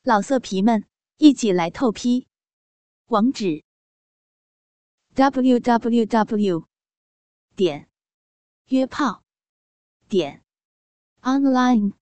老色皮们，一起来透批！网址 www.约炮online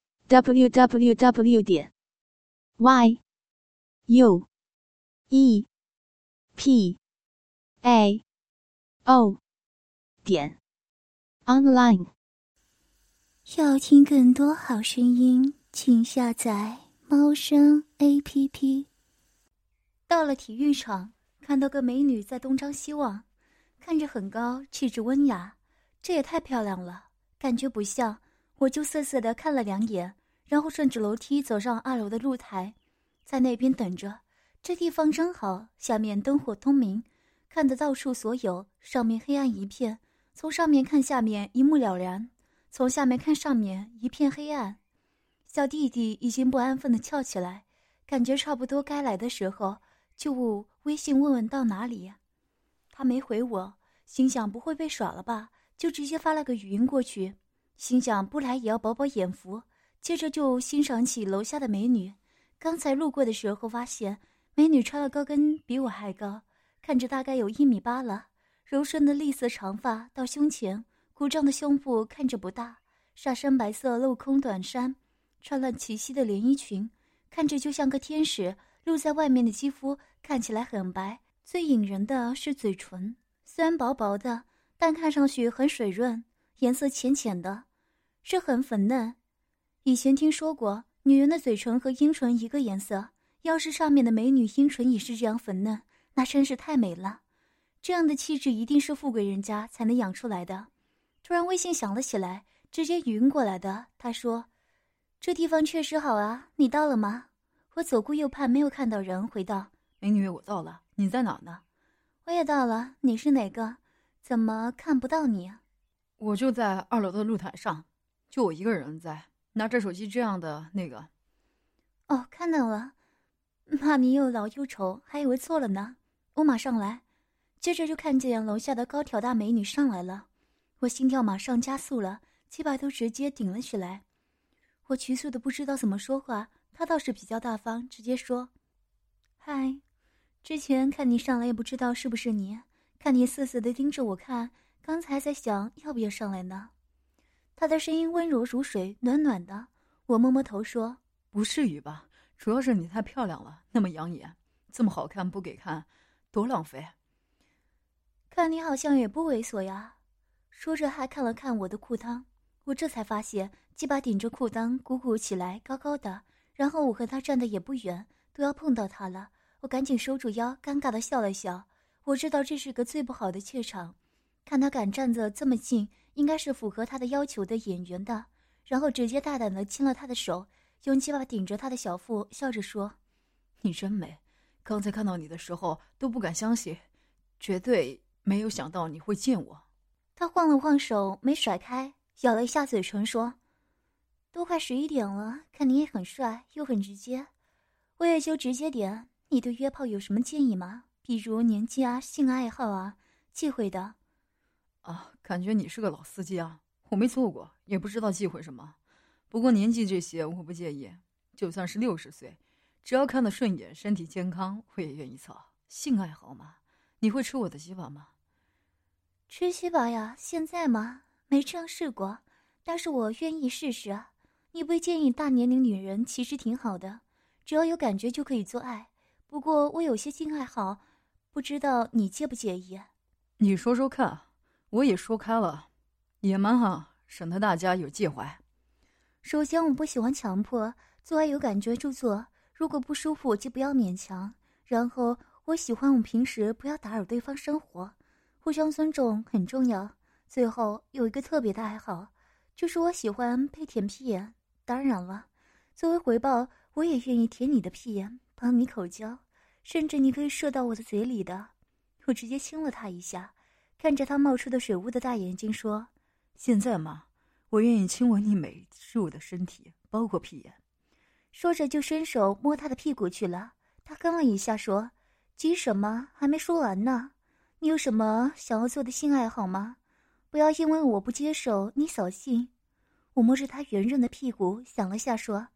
www.yuepao.online。 要听更多好声音，请下载猫声 APP。 到了体育场，看到个美女在东张西望，看着很高，气质温雅，这也太漂亮了，感觉不像。我就涩涩地看了2眼，然后顺着楼梯走上2楼的露台，在那边等着。这地方真好，下面灯火通明，看得到处所有，上面黑暗一片，从上面看下面一目了然，从下面看上面一片黑暗。小弟弟已经不安分地翘起来，感觉差不多该来的时候，就微信问问到哪里。他没回我，心想不会被耍了吧，就直接发了个语音过去，心想不来也要饱饱眼福。接着就欣赏起楼下的美女，刚才路过的时候发现美女穿了高跟比我还高，看着大概有1.8米了，柔顺的栗色长发到胸前，鼓胀的胸部看着不大，上身白色镂空短衫，穿了齐膝的连衣裙，看着就像个天使，露在外面的肌肤看起来很白，最引人的是嘴唇，虽然薄薄的，但看上去很水润，颜色浅浅的，是很粉嫩。以前听说过女人的嘴唇和阴唇一个颜色，要是上面的美女阴唇也是这样粉嫩，那真是太美了，这样的气质一定是富贵人家才能养出来的。突然微信响了起来，直接语音过来的，他说这地方确实好啊，你到了吗？我左顾右盼没有看到人，回道美女，我到了，你在哪呢？ 我也到了，你是哪个？怎么看不到你？ 我就在2楼的露台上，就我一个人在拿着手机这样的那个。 哦，看到了，怕你又老又丑，还以为错了呢。我马上来。接着就看见楼下的高挑大美女上来了，我心跳马上加速了，鸡巴都直接顶了起来。我局促的不知道怎么说话，她倒是比较大方，直接说嗨，之前看你上来也不知道是不是你，看你涩涩的盯着我看，刚才在想要不要上来呢。她的声音温柔如水，暖暖的。我摸摸头说不至于吧，主要是你太漂亮了，那么养眼，这么好看不给看多浪费。 看你好像也不猥琐呀。说着还看了看我的裤裆，我这才发现鸡巴顶着裤裆鼓鼓起来，高高的，然后我和他站得也不远，都要碰到他了。我赶紧收住腰，尴尬地笑了笑。我知道这是个最不好的怯场，看他敢站得这么近，应该是符合他的要求的演员的。然后直接大胆地亲了他的手，用鸡巴顶着他的小腹，笑着说你真美，刚才看到你的时候都不敢相信，绝对没有想到你会见我。 他晃了晃手没甩开，咬了一下嘴唇说都快11点了，看你也很帅又很直接，我也就直接点。你对约炮有什么建议吗？比如年纪啊，性爱好啊，忌讳的。 感觉你是个老司机啊，我没做过，也不知道忌讳什么。不过年纪这些我不介意，就算是60岁，只要看得顺眼，身体健康，我也愿意操。性爱好吗？你会吃我的鸡巴吗？ 吃鸡巴呀？现在吗？没这样试过，但是我愿意试试啊。你不建议大年龄女人其实挺好的，只要有感觉就可以做爱。不过我有些性爱好，不知道你介不介意？ 你说说看，我也说开了，也蛮好，省得大家有介怀。 首先我不喜欢强迫，做爱有感觉就做，如果不舒服就不要勉强。然后我喜欢我们平时不要打扰对方生活，互相尊重很重要。最后有一个特别的爱好，就是我喜欢被舔屁眼。当然了，作为回报，我也愿意舔你的屁眼，帮你口交，甚至你可以射到我的嘴里的。我直接亲了他一下，看着他冒出的水雾的大眼睛说现在嘛，我愿意亲吻你美住的身体，包括屁眼。 说着就伸手摸他的屁股去了。他跟了一下说急什么，还没说完呢。你有什么想要做的性爱好吗？不要因为我不接受你扫兴。我摸着他圆润的屁股想了下说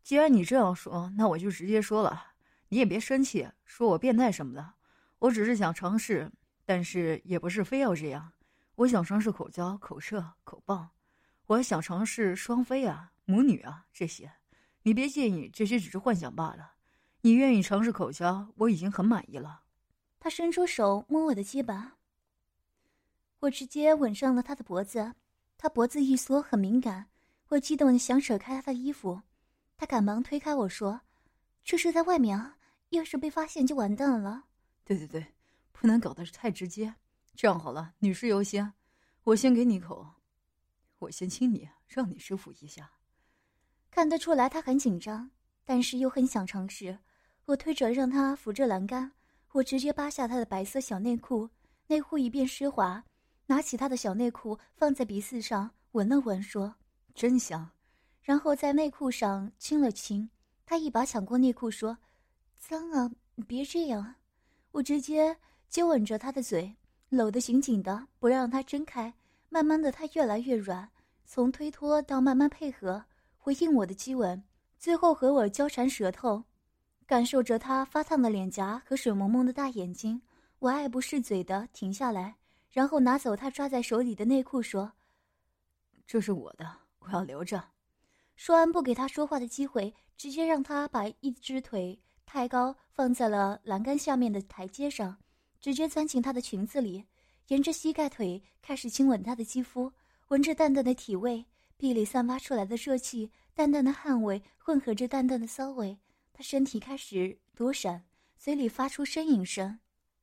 既然你这样说，那我就直接说了，你也别生气，说我变态什么的。我只是想尝试，但是也不是非要这样。我想尝试口交、口射、口棒，我还想尝试双飞啊、母女啊这些。你别介意，这些只是幻想罢了。你愿意尝试口交，我已经很满意了。 他伸出手摸我的鸡巴，我直接吻上了他的脖子。他脖子一缩，很敏感，我激动地想扯开他的衣服，他赶忙推开我说：“这是在外面啊，要是被发现就完蛋了。” 对，不能搞得太直接。这样好了，女士优先，我先给你口，我先亲你，让你舒服一下。 看得出来他很紧张，但是又很想尝试。我推着让他扶着栏杆，我直接扒下他的白色小内裤，内裤一变湿滑，拿起他的小内裤放在鼻子上闻了闻，说：“ 真香。” 然后在内裤上亲了亲。他一把抢过内裤说：“脏啊，别这样。”我直接接吻着他的嘴，搂得紧紧的，不让他睁开。慢慢的他越来越软，从推脱到慢慢配合，回应我的激吻，最后和我交缠舌头。感受着他发烫的脸颊和水蒙蒙的大眼睛，我爱不释嘴的停下来，然后拿走他抓在手里的内裤说：“ 这是我的，我要留着。” 说完不给他说话的机会，直接让他把一只腿太高放在了栏杆下面的台阶上，直接钻进他的裙子里，沿着膝盖腿开始亲吻他的肌肤，闻着淡淡的体味，壁里散发出来的热气，淡淡的汗味混合着淡淡的骚味，他身体开始躲闪，嘴里发出呻吟声。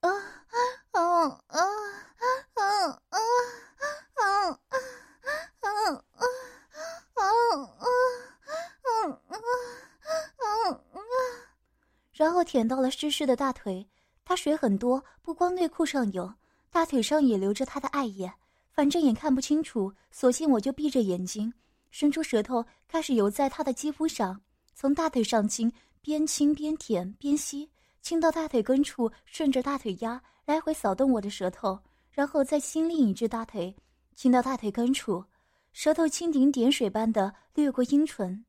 然后舔到了湿湿的大腿，他水很多，不光内裤上有，大腿上也流着他的爱液，反正也看不清楚，索性我就闭着眼睛，伸出舌头开始游在他的肌肤上，从大腿上亲边舔边吸，亲到大腿根处，顺着大腿丫来回扫动我的舌头，然后再亲另一只大腿，亲到大腿根处，舌头蜻蜓点水般的掠过阴唇。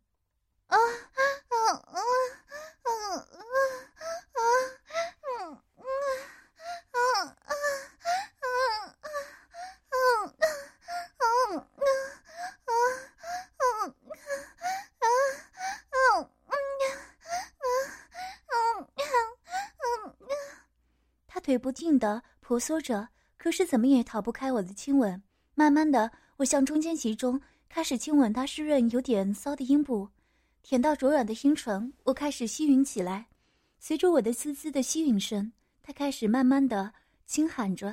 他腿不定地婆娑着，可是怎么也逃不开我的亲吻。慢慢的，我向中间集中，开始亲吻他湿润有点骚的阴部，舔到柔软的阴唇，我开始吸吮起来。随着我的滋滋的吸吮声，他开始慢慢的轻喊着：“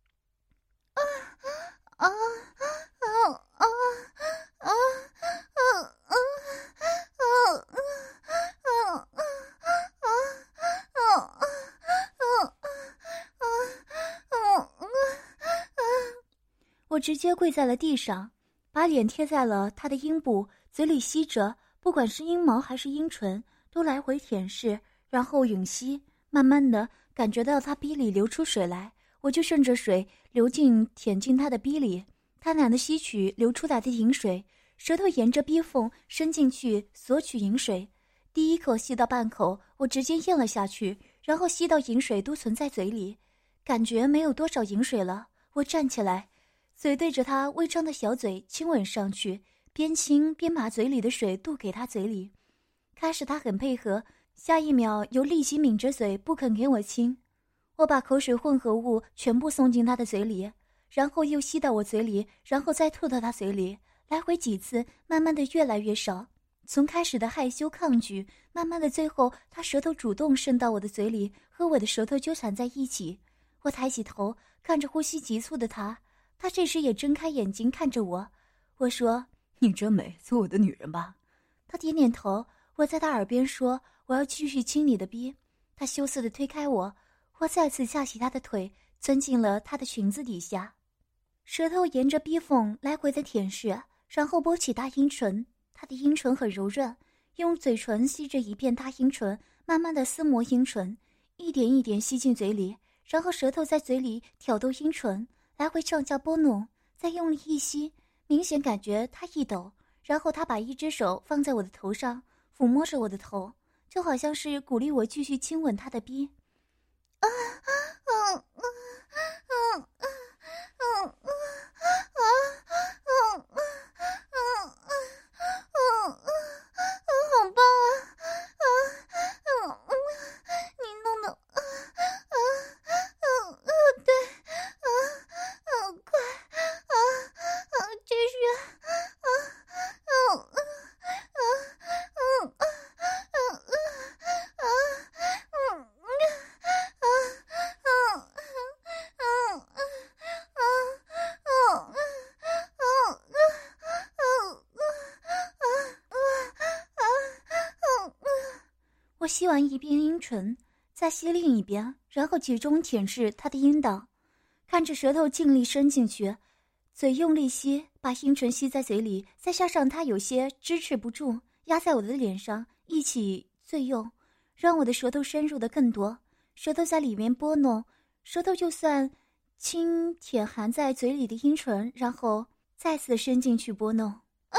我直接跪在了地上，把脸贴在了他的阴部，嘴里吸着，不管是阴毛还是阴唇，都来回舔舐，然后吮吸。慢慢的感觉到他逼里流出水来，我就顺着水舔进他的逼里，贪婪的吸取流出来的饮水，舌头沿着逼缝伸进去索取饮水。第一口吸到半口，我直接咽了下去，然后吸到饮水都存在嘴里，感觉没有多少饮水了。我站起来，嘴对着他微张的小嘴亲吻上去，边亲边把嘴里的水渡给他嘴里。开始他很配合，下一秒又立即抿着嘴不肯给我亲。我把口水混合物全部送进他的嘴里，然后又吸到我嘴里，然后再吐到他嘴里，来回几次，慢慢的越来越少。从开始的害羞抗拒，慢慢的最后他舌头主动伸到我的嘴里，和我的舌头纠缠在一起。我抬起头看着呼吸急促的他，他这时也睁开眼睛看着我。我说：“ 你真美，做我的女人吧。” 他点点头。我在他耳边说：“我要继续亲你的逼。”他羞涩地推开我，我再次架起他的腿，钻进了他的裙子底下，舌头沿着逼缝来回的舔舐，然后拨起大阴唇。他的阴唇很柔软，用嘴唇吸着一片大阴唇，慢慢的撕磨阴唇，一点一点吸进嘴里，然后舌头在嘴里挑逗阴唇，来回上下拨弄，再用力一吸，明显感觉他一抖，然后他把一只手放在我的头上， 抚摸着我的头，就好像是鼓励我继续亲吻他的逼。好棒啊！你弄的，对，好快，继续，我吸完一边阴唇，再吸另一边，然后集中舔舐他的阴道，看着舌头尽力伸进去，嘴用力吸，把阴唇吸在嘴里，再加上他有些支持不住，压在我的脸上，一起最用，让我的舌头深入的更多，舌头在里面拨弄，舌头就算轻舔含在嘴里的阴唇，然后再次伸进去拨弄。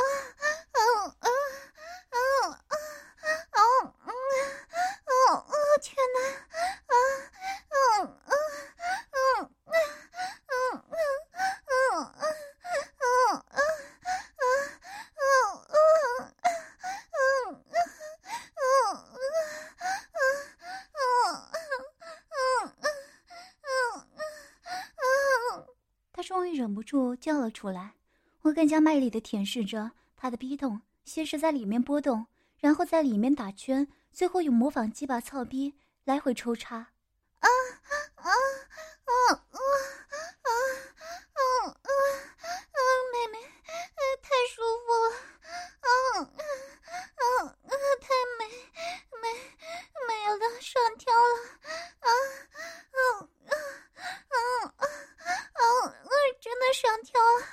天哪！他终于忍不住叫了出来，我更加卖力地舔舐着他的逼洞，先是在里面波动，然后在里面打圈，最后用模仿鸡巴操逼来回抽插。妹妹，太舒服了，太美了，上跳了，真的上跳了，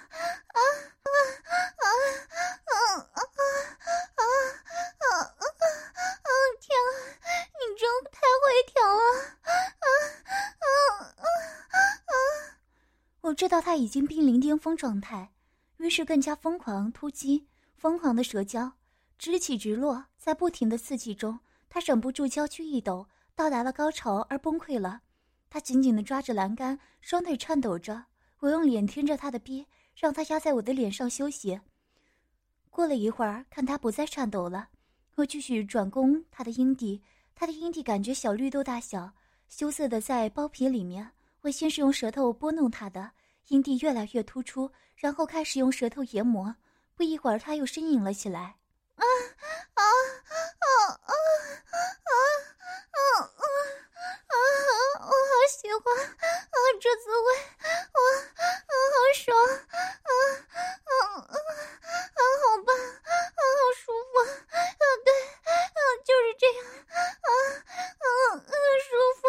天啊，你真太会调了，我知道他已经濒临巅峰状态，于是更加疯狂突击，疯狂的舌交，直起直落，在不停的刺激中，他忍不住娇躯一抖，到达了高潮而崩溃了。他紧紧地抓着栏杆，双腿颤抖着，我用脸贴着他的逼，让他压在我的脸上休息。过了一会儿，看他不再颤抖了，我继续转攻他的阴蒂，他的阴蒂感觉小绿豆大小，羞涩的在包皮里面。我先是用舌头拨弄他的阴蒂，越来越突出，然后开始用舌头研磨。不一会儿，他又呻吟了起来。我好喜欢这滋味，好爽，好棒，好舒服，对，就是这样，舒服，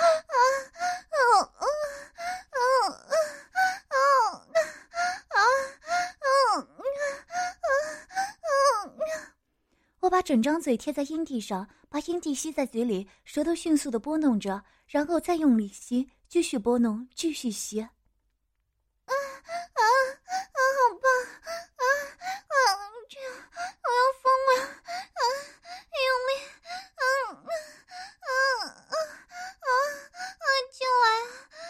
我把整张嘴贴在阴蒂上，把阴蒂吸在嘴里，舌头迅速地拨弄着，然后再用力吸，继续拨弄，继续吸。好棒！这样我要疯了！用力！进来！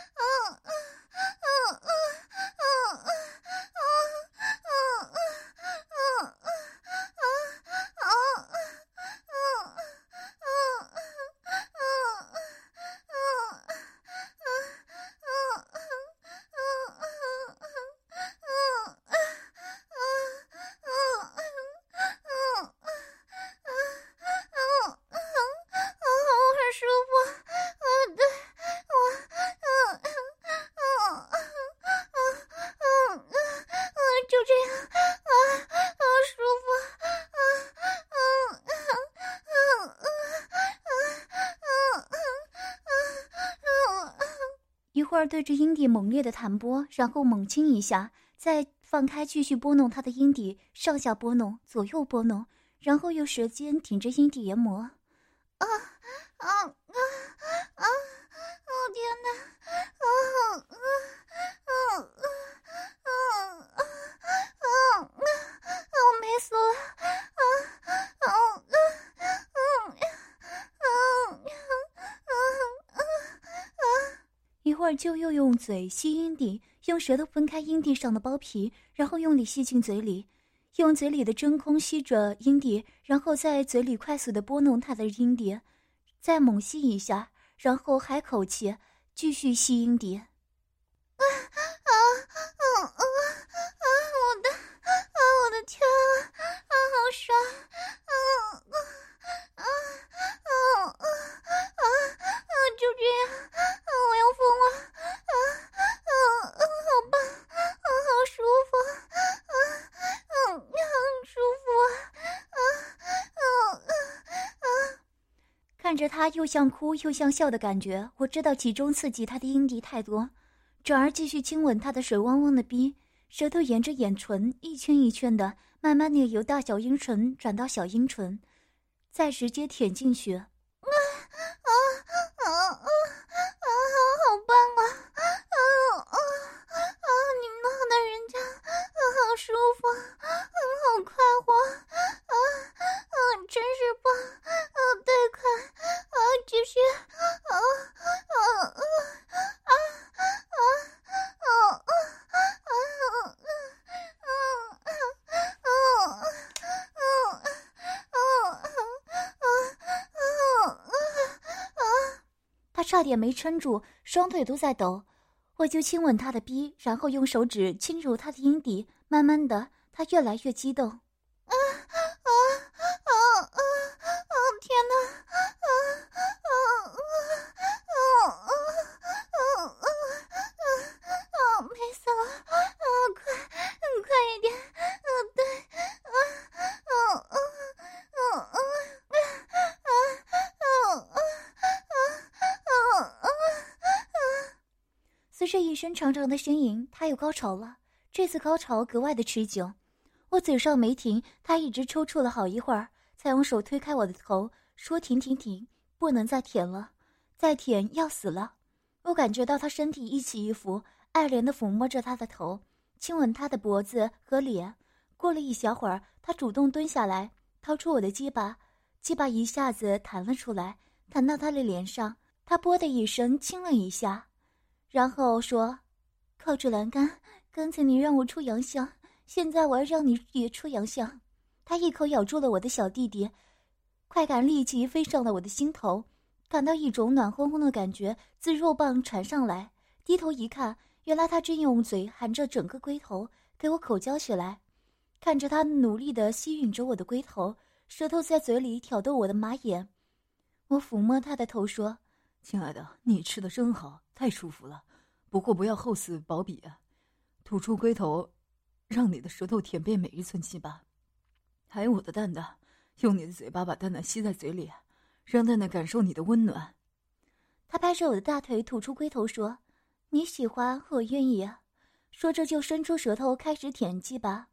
对着阴蒂猛烈的弹拨，然后猛亲一下，再放开继续拨弄他的阴蒂，上下拨弄，左右拨弄，然后用舌尖顶着阴蒂研磨。天哪！我美死了！ 会儿就又用嘴吸阴蒂，用舌头分开阴蒂上的包皮，然后用力吸进嘴里，用嘴里的真空吸着阴蒂，然后在嘴里快速地拨弄他的阴蒂，再猛吸一下，然后还口气继续吸阴蒂。我的天啊，好爽！就这样，我要疯了！好棒！好舒服！很舒服！看着他又像哭又像笑的感觉，我知道其中刺激他的阴蒂太多，转而继续亲吻他的水汪汪的逼，舌头沿着眼唇一圈一圈的，慢慢的由大小阴唇转到小阴唇，再直接舔进去。好棒啊！你弄的人家好舒服，好快活，真是棒！对，快，继续，他差点没撑住，双腿都在抖。我就亲吻他的逼，然后用手指轻揉他的阴蒂，慢慢的，他越来越激动。天哪！美死了！快一点！对，随着一声长长的呻吟，他又高潮了。这次高潮格外的持久，我嘴上没停，他一直抽搐了好一会儿，才用手推开我的头，说停，不能再舔了，再舔要死了。我感觉到他身体一起一伏，爱怜地抚摸着他的头，亲吻他的脖子和脸。过了一小会儿，他主动蹲下来，掏出我的鸡巴一下子弹了出来，弹到他的脸上。他啵的一声亲了一下，然后说：“靠住栏杆，刚才你让我出洋相，现在我要让你也出洋相。”他一口咬住了我的小弟弟，快感立即飞上了我的心头，感到一种暖烘烘的感觉自肉棒传上来。低头一看，原来他正用嘴含着整个龟头给我口交起来。看着他努力地吸吮着我的龟头，舌头在嘴里挑逗我的马眼。我抚摸他的头说：“ 亲爱的，你吃的真好，太舒服了。不过不要厚此薄彼啊，吐出龟头，让你的舌头舔遍每一寸鸡巴。还有我的蛋蛋，用你的嘴巴把蛋蛋吸在嘴里，让蛋蛋感受你的温暖。” 他拍着我的大腿，吐出龟头说：“你喜欢，我愿意啊。”说着就伸出舌头开始舔鸡巴，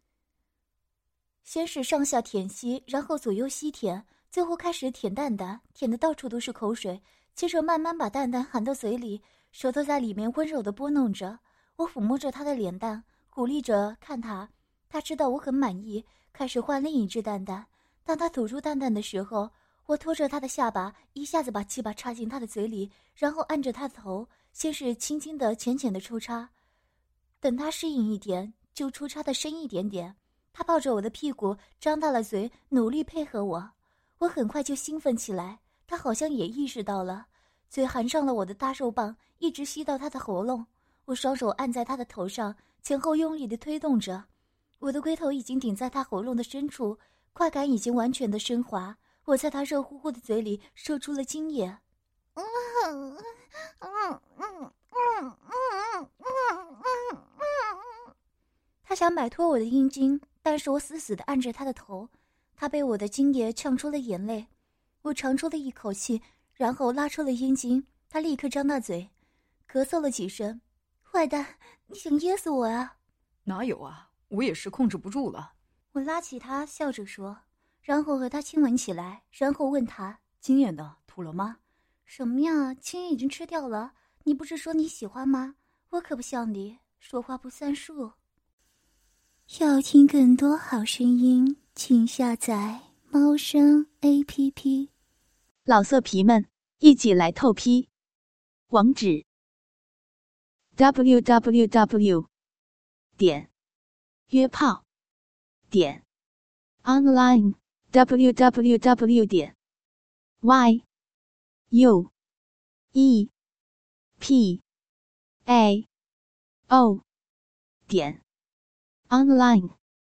先是上下舔吸，然后左右吸舔，最后开始舔蛋蛋，舔得到处都是口水。接着慢慢把蛋蛋含到嘴里，舌头在里面温柔地拨弄着。我抚摸着他的脸蛋，鼓励着看他。他知道我很满意，开始换另一只蛋蛋。当他吐出蛋蛋的时候，我拖着他的下巴，一下子把鸡巴插进他的嘴里，然后按着他的头，先是轻轻的浅浅的抽插，等他适应一点，就抽插的深一点点。他抱着我的屁股，张大了嘴，努力配合我。我很快就兴奋起来，他好像也意识到了，嘴含上了我的大肉棒，一直吸到他的喉咙。我双手按在他的头上，前后用力地推动着。我的龟头已经顶在他喉咙的深处，快感已经完全的升华。我在他热乎乎的嘴里射出了精液。他想摆脱我的阴茎，但是我死死地按着他的头。他被我的精液呛出了眼泪，我长出了一口气，然后拉出了阴茎。他立刻张大嘴，咳嗽了几声。坏蛋，你想噎死我啊？ 哪有啊，我也是控制不住了。 我拉起他笑着说，然后和他亲吻起来，然后问他： 惊艳的，吐了吗？ 什么呀，青已经吃掉了。你不是说你喜欢吗？我可不像你，说话不算数。要听更多好声音，请下载猫声 APP。 老色皮们，一起来透批！网址 www 点约炮点 online www 点 yuepao 点 online